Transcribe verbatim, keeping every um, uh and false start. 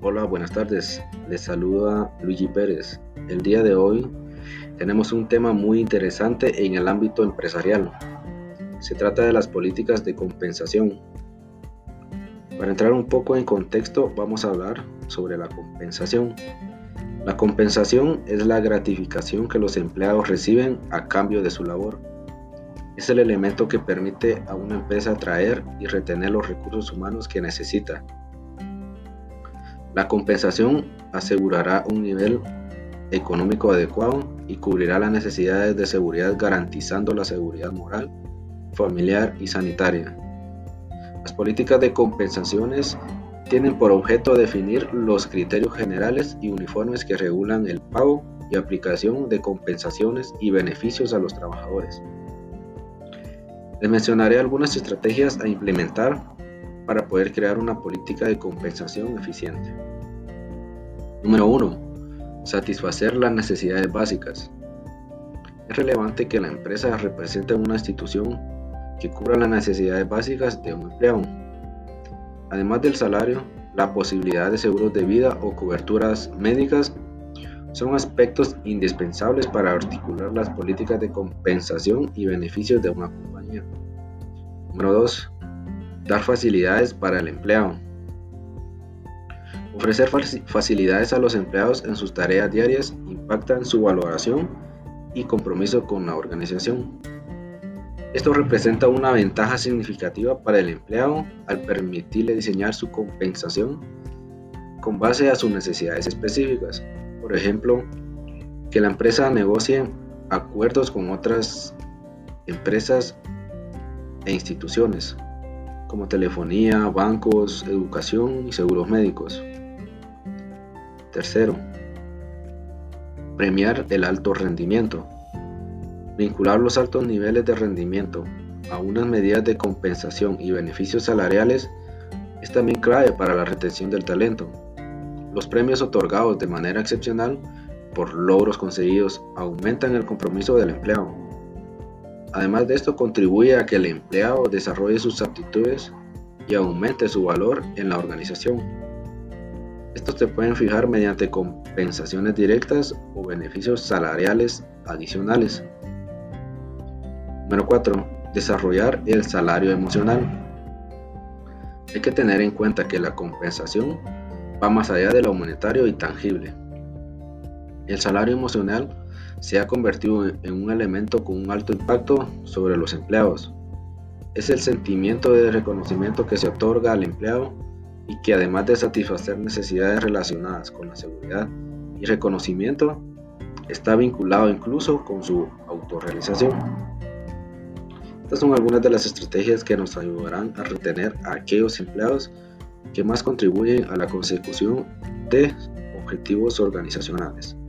Hola, buenas tardes. Les saluda Luigi Pérez. El día de hoy tenemos un tema muy interesante en el ámbito empresarial. Se trata de las políticas de compensación. Para entrar un poco en contexto, vamos a hablar sobre la compensación. La compensación es la gratificación que los empleados reciben a cambio de su labor. Es el elemento que permite a una empresa atraer y retener los recursos humanos que necesita. La compensación asegurará un nivel económico adecuado y cubrirá las necesidades de seguridad, garantizando la seguridad moral, familiar y sanitaria. Las políticas de compensaciones tienen por objeto definir los criterios generales y uniformes que regulan el pago y aplicación de compensaciones y beneficios a los trabajadores. Les mencionaré algunas estrategias a implementar para poder crear una política de compensación eficiente. Número uno. Satisfacer las necesidades básicas. Es relevante que la empresa represente una institución que cubra las necesidades básicas de un empleado. Además del salario, la posibilidad de seguros de vida o coberturas médicas son aspectos indispensables para articular las políticas de compensación y beneficios de una compañía. Número dos. Dar facilidades para el empleado. Ofrecer facilidades a los empleados en sus tareas diarias impacta en su valoración y compromiso con la organización. Esto representa una ventaja significativa para el empleado al permitirle diseñar su compensación con base a sus necesidades específicas. Por ejemplo, que la empresa negocie acuerdos con otras empresas e instituciones, como telefonía, bancos, educación y seguros médicos. Tercero, premiar el alto rendimiento. Vincular los altos niveles de rendimiento a unas medidas de compensación y beneficios salariales es también clave para la retención del talento. Los premios otorgados de manera excepcional por logros conseguidos aumentan el compromiso del empleado. Además de esto, contribuye a que el empleado desarrolle sus aptitudes y aumente su valor en la organización. Estos se pueden fijar mediante compensaciones directas o beneficios salariales adicionales. Número cuatro. Desarrollar el salario emocional. Hay que tener en cuenta que la compensación va más allá de lo monetario y tangible. El salario emocional se ha convertido en un elemento con un alto impacto sobre los empleados. Es el sentimiento de reconocimiento que se otorga al empleado y que, además de satisfacer necesidades relacionadas con la seguridad y reconocimiento, está vinculado incluso con su autorrealización. Estas son algunas de las estrategias que nos ayudarán a retener a aquellos empleados que más contribuyen a la consecución de objetivos organizacionales.